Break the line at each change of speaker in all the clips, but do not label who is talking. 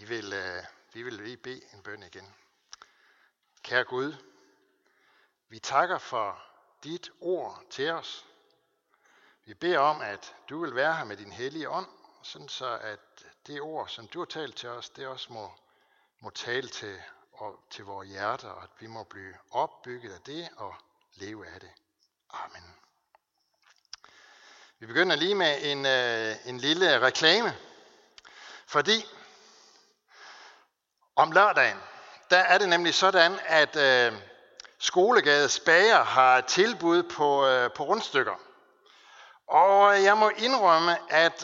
Vi vil lige bede en bøn igen. Kære Gud, vi takker for dit ord til os. Vi beder om, at du vil være her med din hellige ånd, sådan så at det ord, som du har talt til os, det også må tale til vores hjerter, og at vi må blive opbygget af det og leve af det. Amen. Vi begynder lige med en lille reklame, fordi om lørdagen, der er det nemlig sådan, at Skolegades Bager har tilbud på rundstykker. Og jeg må indrømme, at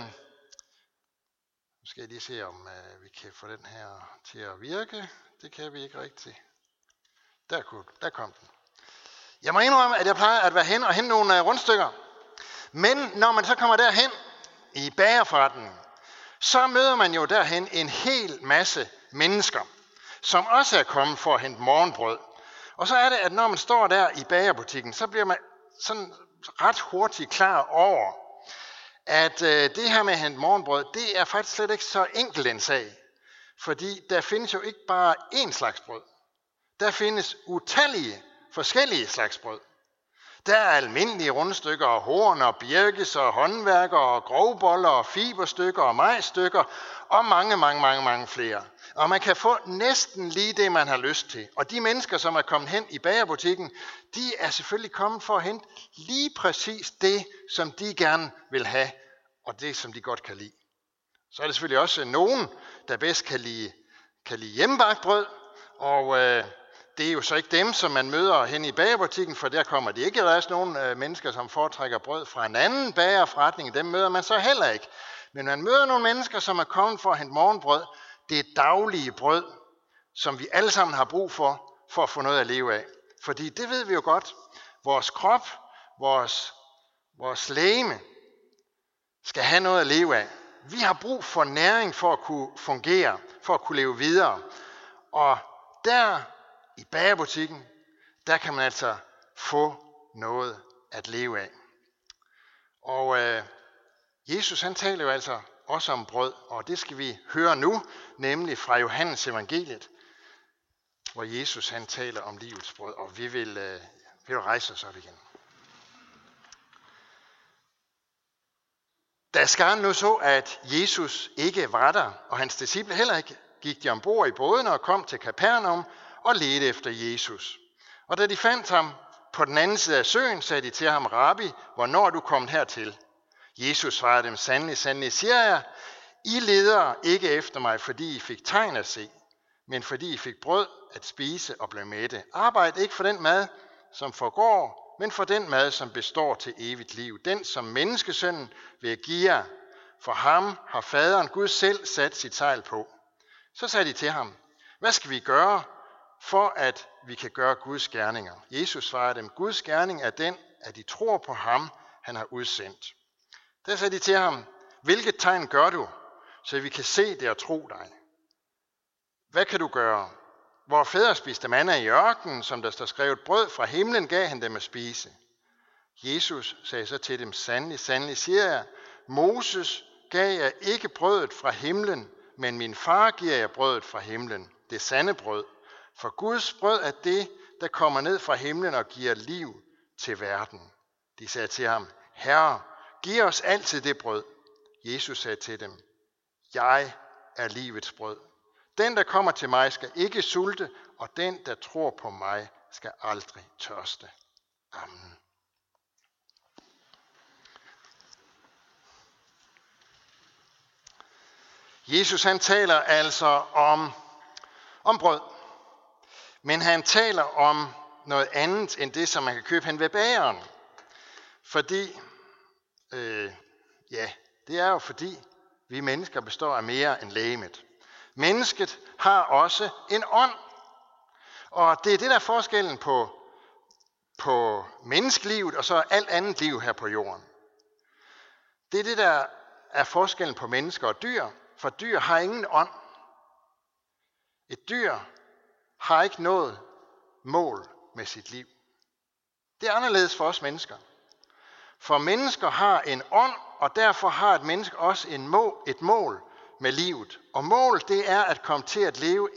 nu skal jeg lige se, om vi kan få den her til at virke. Det kan vi ikke rigtigt. Der kom den. Jeg må indrømme, at jeg plejer at være hen og hente nogle rundstykker. Men når man så kommer derhen i bagerforretningen, så møder man jo derhen en hel masse mennesker, som også er kommet for at hente morgenbrød. Og så er det, at når man står der i bagerbutikken, så bliver man sådan ret hurtigt klar over, at det her med at hente morgenbrød, det er faktisk slet ikke så enkelt en sag. Fordi der findes jo ikke bare én slags brød. Der findes utallige forskellige slags brød. Der er almindelige rundstykker og horn og birkes og håndværker og grovboller og fiberstykker og majsstykker og mange flere. Og man kan få næsten lige det, man har lyst til. Og de mennesker, som er kommet hen i bagerbutikken, de er selvfølgelig kommet for at hente lige præcis det, som de gerne vil have, og det, som de godt kan lide. Så er der selvfølgelig også nogen, der bedst kan lide hjemmebagt brød, og det er jo så ikke dem, som man møder hen i bagerbutikken, for der kommer de ikke. Der er også nogle mennesker, som foretrækker brød fra en anden bagerforretning. Dem møder man så heller ikke. Men man møder nogle mennesker, som er kommet for at hente morgenbrød. Det er daglige brød, som vi alle sammen har brug for at få noget at leve af. Fordi det ved vi jo godt. Vores krop, vores legeme skal have noget at leve af. Vi har brug for næring for at kunne fungere, for at kunne leve videre. Og der i bagerbutikken, der kan man altså få noget at leve af. Og Jesus han taler jo altså også om brød, og det skal vi høre nu, nemlig fra Johannes evangeliet, hvor Jesus han taler om livets brød, og vi vil rejse os op igen. Da skaren nu så, at Jesus ikke var der, og hans disciple heller ikke, gik de ombord i bådene og kom til Kapernaum og ledte efter Jesus. Og da de fandt ham på den anden side af søen, sagde de til ham, Rabbi, hvornår er du kommet hertil? Jesus svarede dem, sandelig siger jeg, I leder ikke efter mig, fordi I fik tegn at se, men fordi I fik brød at spise og blev mætte. Arbejd ikke for den mad, som forgår, men for den mad, som består til evigt liv. Den, som menneskesønnen vil give jer, for ham har faderen Gud selv sat sit sejl på. Så sagde de til ham, hvad skal vi gøre, for at vi kan gøre Guds gerninger? Jesus svarede dem, Guds gerning er den, at de tror på ham, han har udsendt. Der sagde de til ham, hvilket tegn gør du, så vi kan se det og tro dig? Hvad kan du gøre? Hvor fædre spiste manna i ørkenen, som der står skrevet, brød fra himlen gav han dem at spise. Jesus sagde så til dem, sandelig siger jeg, Moses gav jeg ikke brødet fra himlen, men min far giver jeg brødet fra himlen, det sande brød. For Guds brød er det, der kommer ned fra himlen og giver liv til verden. De sagde til ham, Herre, giv os altid det brød. Jesus sagde til dem, jeg er livets brød. Den, der kommer til mig, skal ikke sulte, og den, der tror på mig, skal aldrig tørste. Amen. Jesus han taler altså om brød. Men han taler om noget andet end det, som man kan købe hen ved bageren. Fordi, det er jo fordi, vi mennesker består af mere end legemet. Mennesket har også en ånd. Og det er det, der er forskellen på menneskelivet og så alt andet liv her på jorden. Det er det, der er forskellen på mennesker og dyr. For dyr har ingen ånd. Et dyr har ikke noget mål med sit liv. Det er anderledes for os mennesker. For mennesker har en ånd, og derfor har et menneske også et mål med livet. Og mål, det er at komme til at leve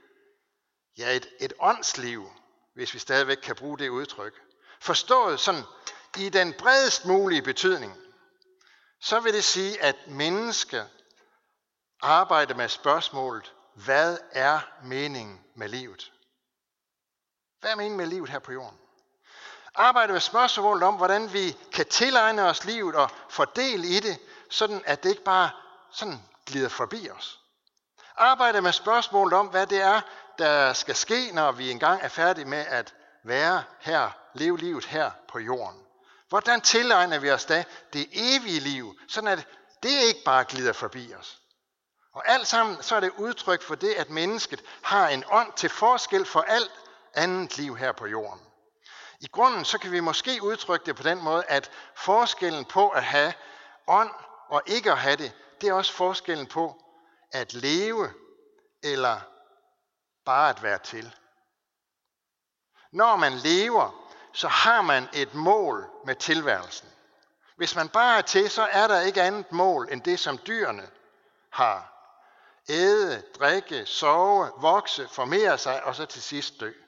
et åndsliv, hvis vi stadigvæk kan bruge det udtryk. Forstået sådan i den bredest mulige betydning, så vil det sige, at mennesker arbejder med spørgsmålet, hvad er meningen med livet? Hvad er meningen med livet her på jorden? Arbejder med spørgsmålet om, hvordan vi kan tilegne os livet og fordele i det, sådan at det ikke bare sådan glider forbi os. Arbejder med spørgsmålet om, hvad det er, der skal ske, når vi engang er færdige med at være her, leve livet her på jorden. Hvordan tilegner vi os da det evige liv, sådan at det ikke bare glider forbi os. Og alt sammen så er det udtryk for det, at mennesket har en ånd til forskel for alt andet liv her på jorden. I grunden så kan vi måske udtrykke det på den måde, at forskellen på at have ånd og ikke at have det, det er også forskellen på at leve eller bare at være til. Når man lever, så har man et mål med tilværelsen. Hvis man bare er til, så er der ikke andet mål end det, som dyrene har. Æde, drikke, sove, vokse, formere sig og så til sidst dø.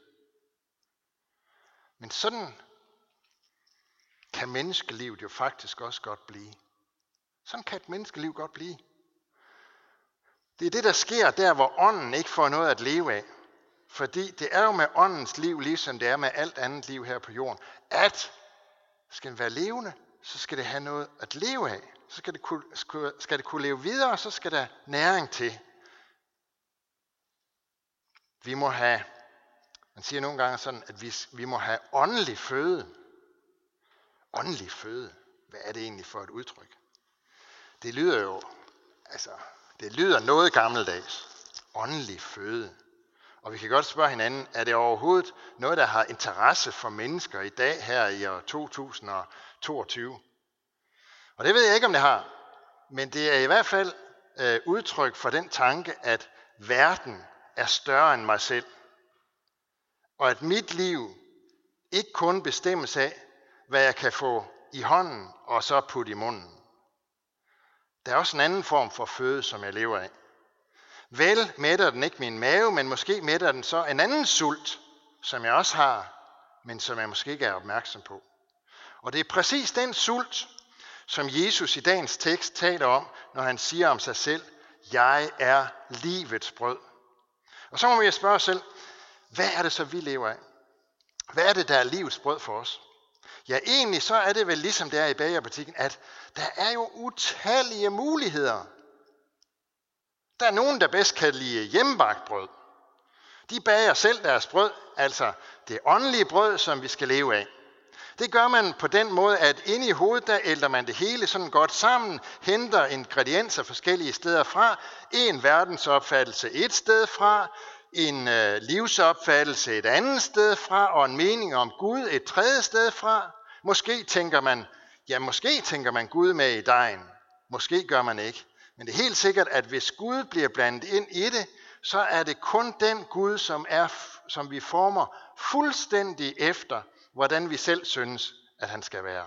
Men sådan kan menneskelivet jo faktisk også godt blive. Sådan kan et menneskeliv godt blive. Det er det, der sker der, hvor ånden ikke får noget at leve af. Fordi det er jo med åndens liv, ligesom det er med alt andet liv her på jorden, at skal den være levende, så skal det have noget at leve af. Så skal det kunne leve videre, og så skal der næring til. Vi må have, man siger nogle gange sådan, at vi må have åndelig føde. Åndelig føde, hvad er det egentlig for et udtryk? Det lyder jo, det lyder noget gammeldags. Åndelig føde. Og vi kan godt spørge hinanden, er det overhovedet noget, der har interesse for mennesker i dag her i år 2022? Og det ved jeg ikke, om det har. Men det er i hvert fald udtryk for den tanke, at verden er større end mig selv. Og at mit liv ikke kun bestemmes af, hvad jeg kan få i hånden og så putte i munden. Der er også en anden form for føde, som jeg lever af. Vel mætter den ikke min mave, men måske mætter den så en anden sult, som jeg også har, men som jeg måske ikke er opmærksom på. Og det er præcis den sult, som Jesus i dagens tekst taler om, når han siger om sig selv, jeg er livets brød. Og så må vi spørge os selv, hvad er det så, vi lever af? Hvad er det, der er livets brød for os? Ja, egentlig så er det vel ligesom det er i bagerbutikken, at der er jo utallige muligheder. Der er nogen, der bedst kan lide hjemmebagt brød. De bager selv deres brød, altså det åndelige brød, som vi skal leve af. Det gør man på den måde, at inde i hovedet, der ælter man det hele sådan godt sammen, henter ingredienser forskellige steder fra, en verdensopfattelse et sted fra, en livsopfattelse et andet sted fra, og en mening om Gud et tredje sted fra. Måske tænker man Gud med i dejen. Måske gør man ikke. Men det er helt sikkert, at hvis Gud bliver blandet ind i det, så er det kun den Gud, som vi former fuldstændig efter, hvordan vi selv synes, at han skal være.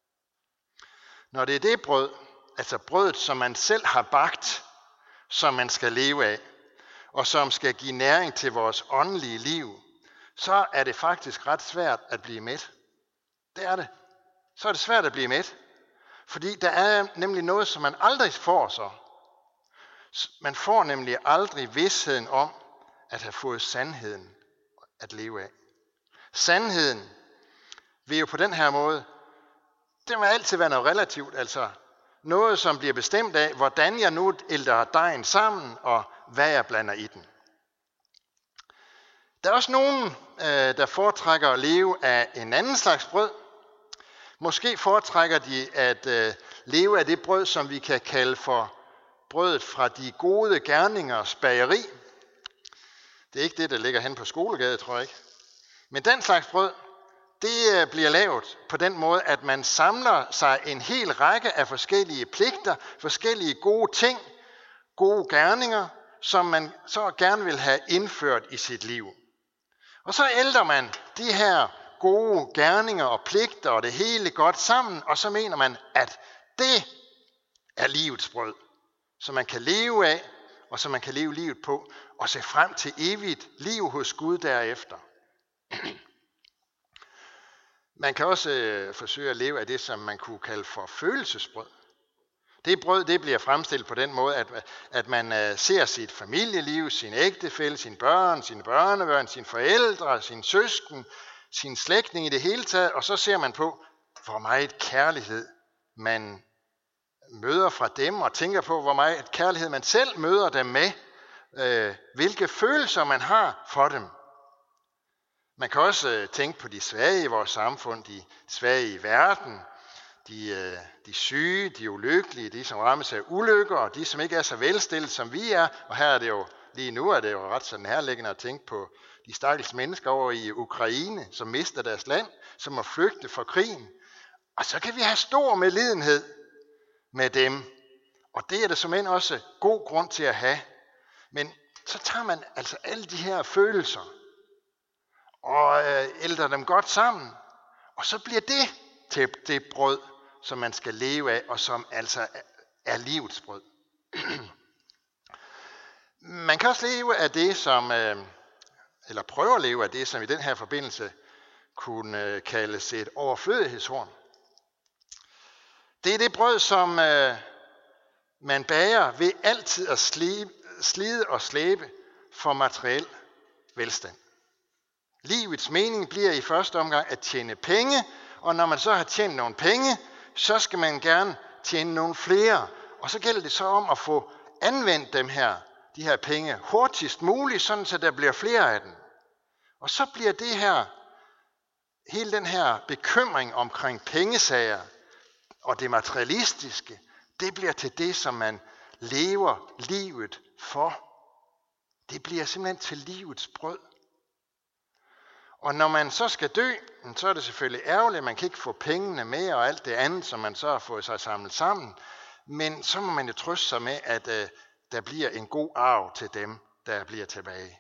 Når det er det brød, altså brødet, som man selv har bagt, som man skal leve af, og som skal give næring til vores åndelige liv, så er det faktisk ret svært at blive mæt. Det er det. Så er det svært at blive mæt. Fordi der er nemlig noget, som man aldrig får så. Man får nemlig aldrig vidsheden om at have fået sandheden at leve af. Sandheden vil jo på den her måde, det vil altid være noget relativt, altså noget, som bliver bestemt af, hvordan jeg nu ælter dejen sammen, og hvad jeg blander i den. Der er også nogen, der foretrækker at leve af en anden slags brød. Måske foretrækker de at leve af det brød, som vi kan kalde for brødet fra de gode gerningers bageri. Det er ikke det, der ligger hen på Skolegade, tror jeg ikke. Men den slags brød, det bliver lavet på den måde, at man samler sig en hel række af forskellige pligter, forskellige gode ting, gode gerninger, som man så gerne vil have indført i sit liv. Og så ælter man de her gode gerninger og pligter og det hele godt sammen, og så mener man, at det er livets brød. som man kan leve af, og som man kan leve livet på, og se frem til evigt liv hos Gud derefter. Man kan også forsøge at leve af det, som man kunne kalde for følelsesbrød. Det brød, det bliver fremstillet på den måde, at man ser sit familieliv, sin ægtefælle, sine børn, sine børnebørn, sine forældre, sine søsken, sin slægtning i det hele taget, og så ser man på, hvor meget kærlighed man møder fra dem, og tænker på, hvor meget kærlighed man selv møder dem med, hvilke følelser man har for dem. Man kan også tænke på de svage i vores samfund, de svage i verden, de syge, de ulykkelige, de som rammes af ulykker, og de som ikke er så velstillet som vi er. Og her er det jo, lige nu er det jo ret så nærliggende at tænke på de stakkels mennesker over i Ukraine, som mister deres land, som må flygte fra krigen. Og så kan vi have stor medlidenhed med dem. Og det er der såmænd også god grund til at have. Men så tager man altså alle de her følelser og ælder dem godt sammen. Og så bliver det til det brød, som man skal leve af, og som altså er livets brød. Man kan også leve af det, som, eller prøve at leve af det, som i den her forbindelse kunne kaldes et overflødighedshorn. Det er det brød, som man bager ved altid at slide og slæbe for materiel velstand. Livets mening bliver i første omgang at tjene penge, og når man så har tjent nogle penge, så skal man gerne tjene nogle flere. Og så gælder det så om at få anvendt de her penge hurtigst muligt, sådan så der bliver flere af dem. Og så bliver det her, hele den her bekymring omkring pengesager og det materialistiske, det bliver til det, som man lever livet for. Det bliver simpelthen til livets brød. Og når man så skal dø, så er det selvfølgelig ærgerligt, at man kan ikke få pengene med og alt det andet, som man så har fået sig samlet sammen. Men så må man jo trøste sig med, at der bliver en god arv til dem, der bliver tilbage.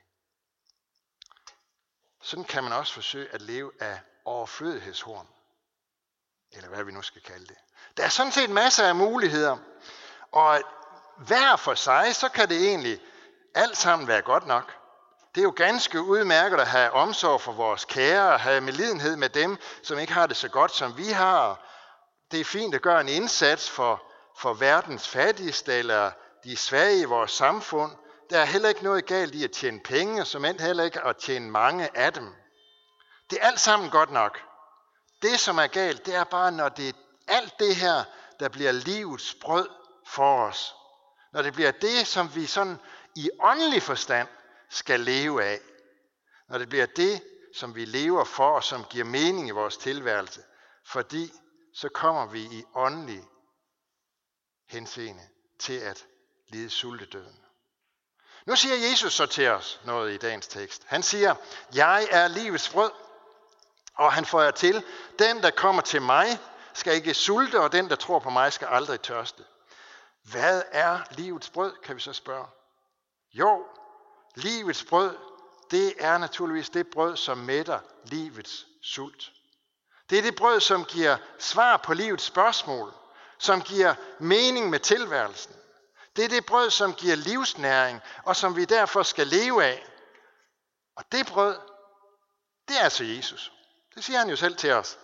Sådan kan man også forsøge at leve af overflødighedshorn. Eller hvad vi nu skal kalde det. Der er sådan set masser af muligheder. Og hver for sig, så kan det egentlig alt sammen være godt nok. Det er jo ganske udmærket at have omsorg for vores kære, og have medlidenhed med dem, som ikke har det så godt, som vi har. Det er fint at gøre en indsats for verdens fattigste eller de svage i vores samfund. Der er heller ikke noget galt i at tjene penge, og som end heller ikke at tjene mange af dem. Det er alt sammen godt nok. Det, som er galt, det er bare, når det er alt det her, der bliver livets brød for os. Når det bliver det, som vi sådan i åndelig forstand skal leve af. Når det bliver det, som vi lever for, og som giver mening i vores tilværelse. Fordi så kommer vi i åndelig henseende til at lide sultedøden. Nu siger Jesus så til os noget i dagens tekst. Han siger, jeg er livets brød, og han får jer til, den der kommer til mig skal ikke sulte, og den der tror på mig skal aldrig tørste. Hvad er livets brød, kan vi så spørge? Jo, livets brød, det er naturligvis det brød, som mætter livets sult. Det er det brød, som giver svar på livets spørgsmål, som giver mening med tilværelsen. Det er det brød, som giver livsnæring, og som vi derfor skal leve af. Og det brød, det er altså Jesus. Det siger han jo selv til os.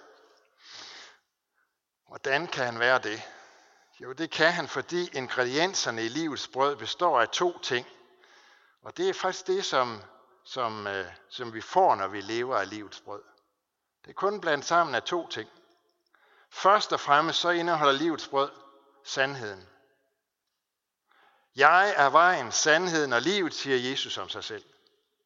Hvordan kan han være det? Jo, det kan han, fordi ingredienserne i livets brød består af 2 ting. Og det er faktisk det, som vi får, når vi lever af livets brød. Det er kun blandt sammen af 2 ting. Først og fremmest så indeholder livets brød sandheden. Jeg er vejen, sandheden og livet, siger Jesus om sig selv.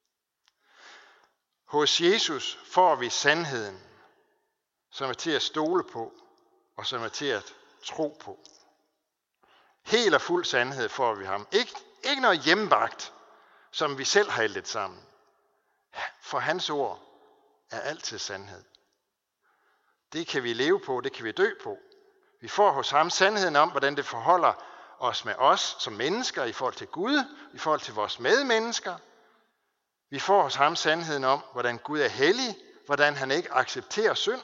Hos Jesus får vi sandheden, som er til at stole på, og som er til at tro på. Helt og fuld sandhed får vi ham. Ikke noget hjemmebagt, som vi selv har hældt sammen. For hans ord er altid sandhed. Det kan vi leve på, det kan vi dø på. Vi får hos ham sandheden om, hvordan det forholder os med os som mennesker i forhold til Gud, i forhold til vores medmennesker. Vi får hos ham sandheden om, hvordan Gud er hellig, hvordan han ikke accepterer synd.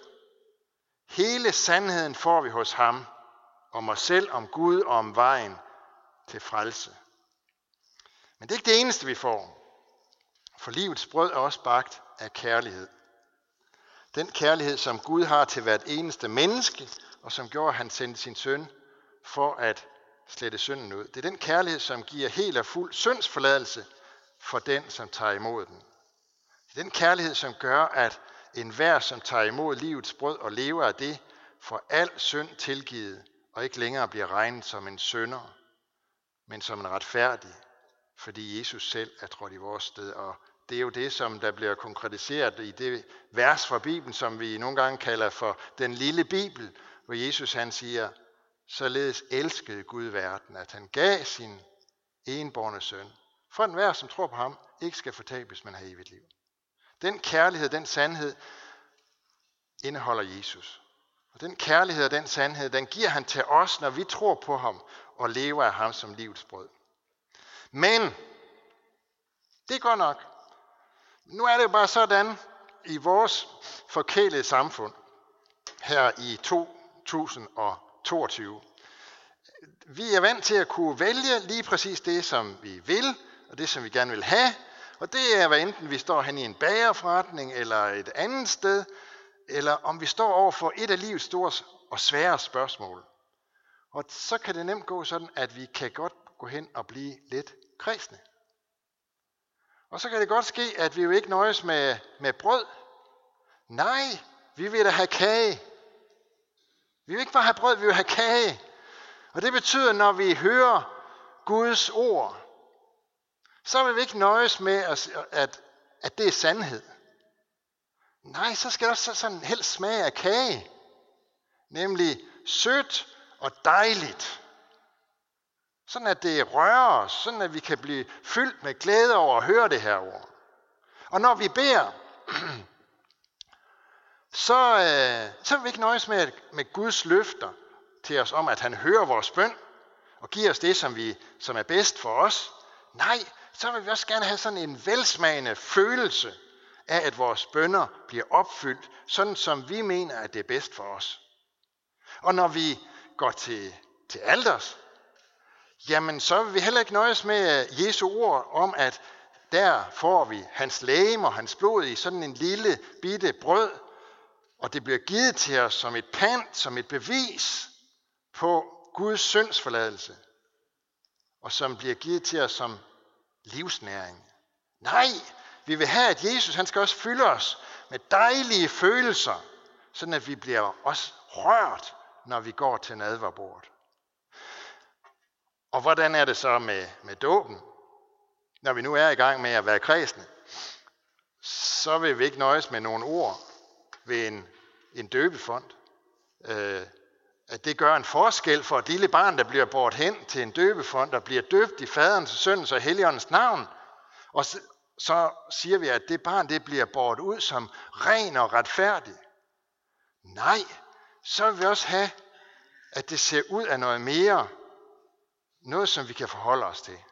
Hele sandheden får vi hos ham, om os selv, om Gud og om vejen til frelse. Men det er ikke det eneste, vi får. For livets brød er også bagt af kærlighed. Den kærlighed, som Gud har til hvert eneste menneske, og som gjorde, at han sendte sin søn for at slette synden ud. Det er den kærlighed, som giver helt og fuld syndsforladelse for den, som tager imod den. Det er den kærlighed, som gør, at enhver, som tager imod livets brød og lever af det, får al synd tilgivet, og ikke længere bliver regnet som en synder, men som en retfærdig, fordi Jesus selv er trådt i vores sted. Og det er jo det, som der bliver konkretiseret i det vers fra Bibelen, som vi nogle gange kalder for den lille Bibel, hvor Jesus han siger, således elskede Gud verden, at han gav sin enbårne søn, for enhver, som tror på ham, ikke skal fortabes, men have evigt liv. Den kærlighed, den sandhed, indeholder Jesus. Og den kærlighed og den sandhed, den giver han til os, når vi tror på ham og lever af ham som livets brød. Men det er godt nok. Nu er det jo bare sådan i vores forkælede samfund her i 2022. Vi er vant til at kunne vælge lige præcis det, som vi vil, og det, som vi gerne vil have. Og det er, hvad enten vi står hen i en bagerforretning eller et andet sted, eller om vi står over for et af livets store og svære spørgsmål. Og så kan det nemt gå sådan, at vi kan godt gå hen og blive lidt kredsende. Og så kan det godt ske, at vi jo ikke nøjes med brød. Nej, vi vil da have kage. Vi vil ikke bare have brød, vi vil have kage. Og det betyder, når vi hører Guds ord, så vil vi ikke nøjes med, at det er sandhed. Nej, så skal der også sådan helst smage af kage. Nemlig sødt og dejligt. Sådan at det rører os, sådan at vi kan blive fyldt med glæde over at høre det her ord. Og når vi beder, så vil vi ikke nøjes med Guds løfter til os om, at han hører vores bøn og giver os det, som er bedst for os. Nej, så vil vi også gerne have sådan en velsmagende følelse af, at vores bønner bliver opfyldt, sådan som vi mener, at det er bedst for os. Og når vi går til alters, jamen så vil vi heller ikke nøjes med Jesu ord om, at der får vi hans legeme og hans blod i sådan en lille bitte brød, og det bliver givet til os som et pant, som et bevis på Guds syndsforladelse, og som bliver givet til os som livsnæring. Nej, vi vil have, at Jesus han skal også fylde os med dejlige følelser, sådan at vi bliver også rørt, når vi går til nadverbordet. Og hvordan er det så med dåben? Når vi nu er i gang med at være kristne, så vil vi ikke nøjes med nogle ord ved en døbefond. At det gør en forskel for et lille barn, der bliver båret hen til en døbefond, der bliver døbt i faderens, søndens og helligåndens navn. Og så siger vi, at det barn det bliver båret ud som ren og retfærdig. Nej, så vil vi også have, at det ser ud af noget mere. Noget, som vi kan forholde os til.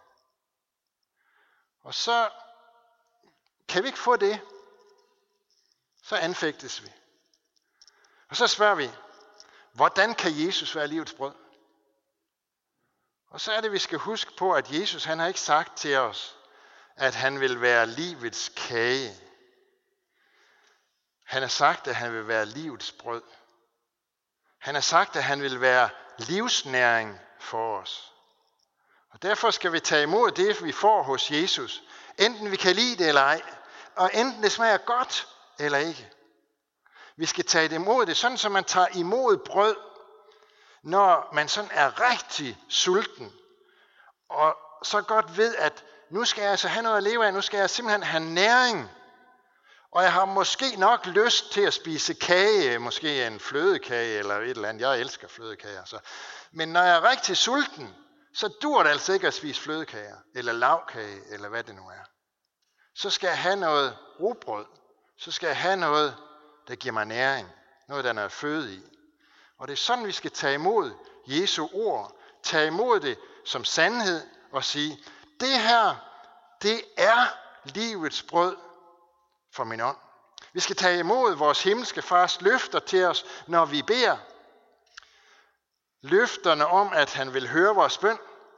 Og så kan vi ikke få det, så anfægtes vi. Og så spørger vi, hvordan kan Jesus være livets brød? Og så er det, vi skal huske på, at Jesus han har ikke sagt til os, at han vil være livets kage. Han har sagt, at han vil være livets brød. Han har sagt, at han vil være livsnæring for os. Og derfor skal vi tage imod det, vi får hos Jesus, enten vi kan lide det eller ej, og enten det smager godt eller ikke. Vi skal tage det imod det, sådan som man tager imod brød, når man sådan er rigtig sulten, og så godt ved, at nu skal jeg altså have noget at leve af, nu skal jeg simpelthen have næring, og jeg har måske nok lyst til at spise kage, måske en flødekage eller et eller andet. Jeg elsker flødekager. Så. Men når jeg er rigtig sulten, så dur det altså ikke at spise flødekager, eller lavkage, eller hvad det nu er. Så skal jeg have noget rugbrød. Så skal jeg have noget, der giver mig næring. Noget, der er noget føde i. Og det er sådan, vi skal tage imod Jesu ord. Tage imod det som sandhed og sige, det her, det er livets brød for min ånd. Vi skal tage imod vores himmelske fars løfter til os, når vi beder. Løfterne om, at han vil høre vores bøn.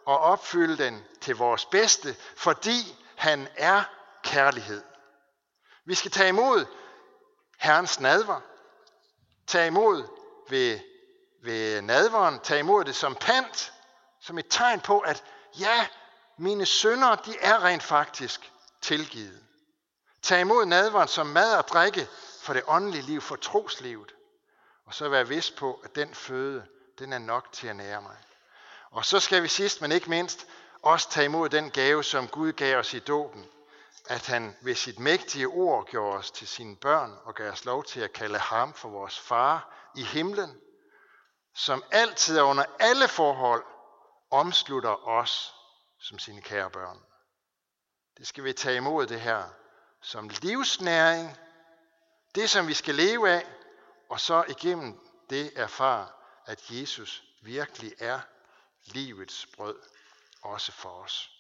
og opfylde den til vores bedste, fordi han er kærlighed. Vi skal tage imod Herrens nadver, tage imod ved nadveren, tage imod det som pant, som et tegn på, at ja, mine synder, de er rent faktisk tilgivet. Tag imod nadveren som mad og drikke for det åndelige liv, for troslivet. Og så være vis på, at den føde, den er nok til at nære mig. Og så skal vi sidst, men ikke mindst, også tage imod den gave, som Gud gav os i dåben. At han ved sit mægtige ord gjorde os til sine børn og gav os lov til at kalde ham for vores far i himlen, som altid og under alle forhold omslutter os som sine kære børn. Det skal vi tage imod det her som livsnæring, det som vi skal leve af, og så igennem det erfare, at Jesus virkelig er livets brød, også for os.